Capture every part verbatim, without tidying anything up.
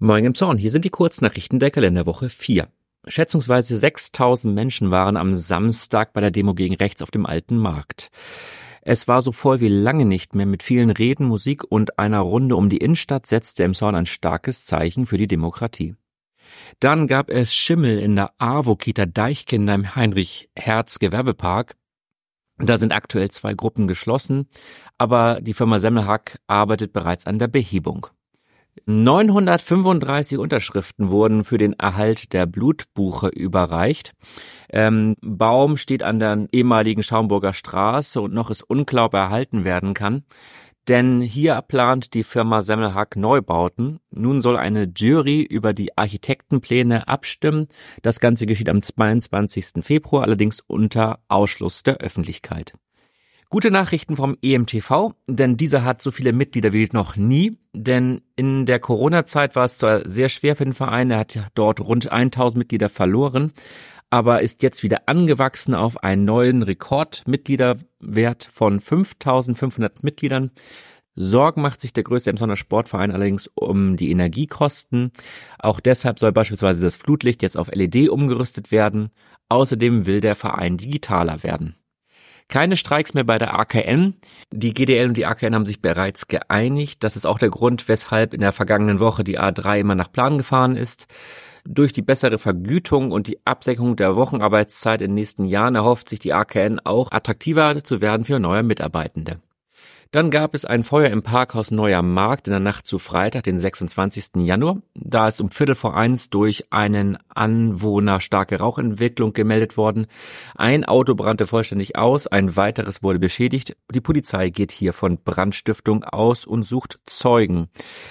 Moin im Zorn, hier sind die Kurznachrichten der Kalenderwoche vier. Schätzungsweise sechstausend Menschen waren am Samstag bei der Demo gegen rechts auf dem Alten Markt. Es war so voll wie lange nicht mehr. Mit vielen Reden, Musik und einer Runde um die Innenstadt setzte Emshorn ein starkes Zeichen für die Demokratie. Dann gab es Schimmel in der AWO-Kita Deichkinder im Heinrich-Herz-Gewerbepark. Da sind aktuell zwei Gruppen geschlossen, aber die Firma Semmelhack arbeitet bereits an der Behebung. neunhundertfünfunddreißig Unterschriften wurden für den Erhalt der Blutbuche überreicht. Ähm, Baum steht an der ehemaligen Schaumburger Straße und noch ist unklar, ob er erhalten werden kann. Denn hier plant die Firma Semmelhack Neubauten. Nun soll eine Jury über die Architektenpläne abstimmen. Das Ganze geschieht am zweiundzwanzigsten Februar, allerdings unter Ausschluss der Öffentlichkeit. Gute Nachrichten vom E M T V, denn dieser hat so viele Mitglieder wie noch nie. Denn in der Corona-Zeit war es zwar sehr schwer für den Verein, er hat ja dort rund tausend Mitglieder verloren, aber ist jetzt wieder angewachsen auf einen neuen Rekordmitgliederwert von fünftausendfünfhundert Mitgliedern. Sorgen macht sich der größte Emshorner Sportverein allerdings um die Energiekosten. Auch deshalb soll beispielsweise das Flutlicht jetzt auf L E D umgerüstet werden. Außerdem will der Verein digitaler werden. Keine Streiks mehr bei der A K N. Die G D L und die A K N haben sich bereits geeinigt. Das ist auch der Grund, weshalb in der vergangenen Woche die A drei immer nach Plan gefahren ist. Durch die bessere Vergütung und die Absenkung der Wochenarbeitszeit in den nächsten Jahren erhofft sich die A K N auch attraktiver zu werden für neue Mitarbeitende. Dann gab es ein Feuer im Parkhaus Neuer Markt in der Nacht zu Freitag, den sechsundzwanzigsten Januar. Da ist um Viertel vor eins durch einen Anwohner starke Rauchentwicklung gemeldet worden. Ein Auto brannte vollständig aus, ein weiteres wurde beschädigt. Die Polizei geht hier von Brandstiftung aus und sucht Zeugen.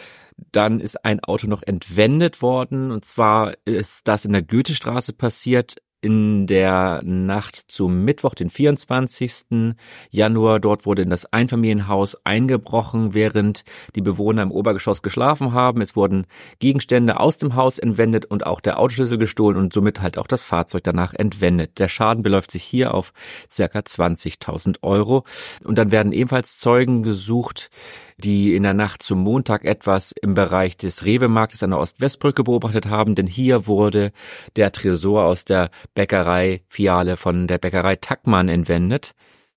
Dann ist ein Auto noch entwendet worden, und zwar ist das in der Goethestraße passiert. In der Nacht zum Mittwoch, den vierundzwanzigsten Januar, dort wurde in das Einfamilienhaus eingebrochen, während die Bewohner im Obergeschoss geschlafen haben. Es wurden Gegenstände aus dem Haus entwendet und auch der Autoschlüssel gestohlen und somit halt auch das Fahrzeug danach entwendet. Der Schaden beläuft sich hier auf circa zwanzigtausend Euro. Und dann werden ebenfalls Zeugen gesucht, die in der Nacht zum Montag etwas im Bereich des Rewe-Marktes an der Ost-West-Brücke beobachtet haben, denn hier wurde der Tresor aus der Bäckerei-Filiale von der Bäckerei Tackmann entwendet.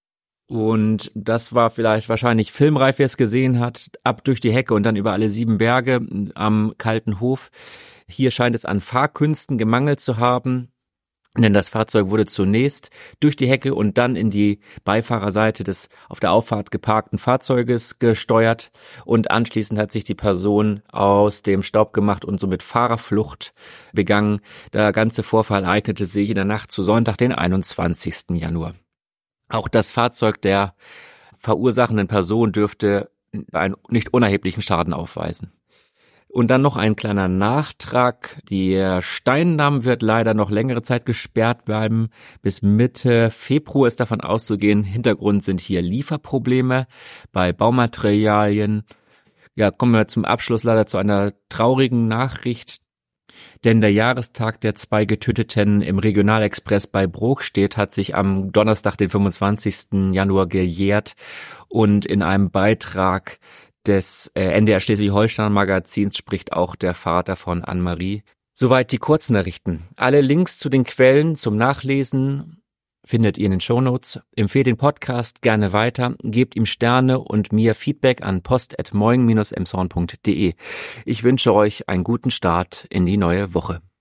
Und das war vielleicht wahrscheinlich filmreif, wer es gesehen hat, ab durch die Hecke und dann über alle sieben Berge am Kalten Hof. Hier scheint es an Fahrkünsten gemangelt zu haben, denn das Fahrzeug wurde zunächst durch die Hecke und dann in die Beifahrerseite des auf der Auffahrt geparkten Fahrzeuges gesteuert und anschließend hat sich die Person aus dem Staub gemacht und somit Fahrerflucht begangen. Der ganze Vorfall ereignete sich in der Nacht zu Sonntag, den einundzwanzigsten Januar. Auch das Fahrzeug der verursachenden Person dürfte einen nicht unerheblichen Schaden aufweisen. Und dann noch ein kleiner Nachtrag. Der Steindamm wird leider noch längere Zeit gesperrt bleiben. Bis Mitte Februar ist davon auszugehen. Hintergrund sind hier Lieferprobleme bei Baumaterialien. Ja, kommen wir zum Abschluss leider zu einer traurigen Nachricht. Denn der Jahrestag der zwei Getöteten im Regionalexpress bei Brokstedt hat sich am Donnerstag, den fünfundzwanzigsten Januar gejährt. Und in einem Beitrag des äh, N D R Schleswig-Holstein Magazins spricht auch der Vater von Anne-Marie. Soweit die Kurznachrichten. Alle Links zu den Quellen zum Nachlesen findet ihr in den Shownotes. Empfehlt den Podcast gerne weiter, gebt ihm Sterne und mir Feedback an post at moing dash emshorn punkt de. Ich wünsche euch einen guten Start in die neue Woche.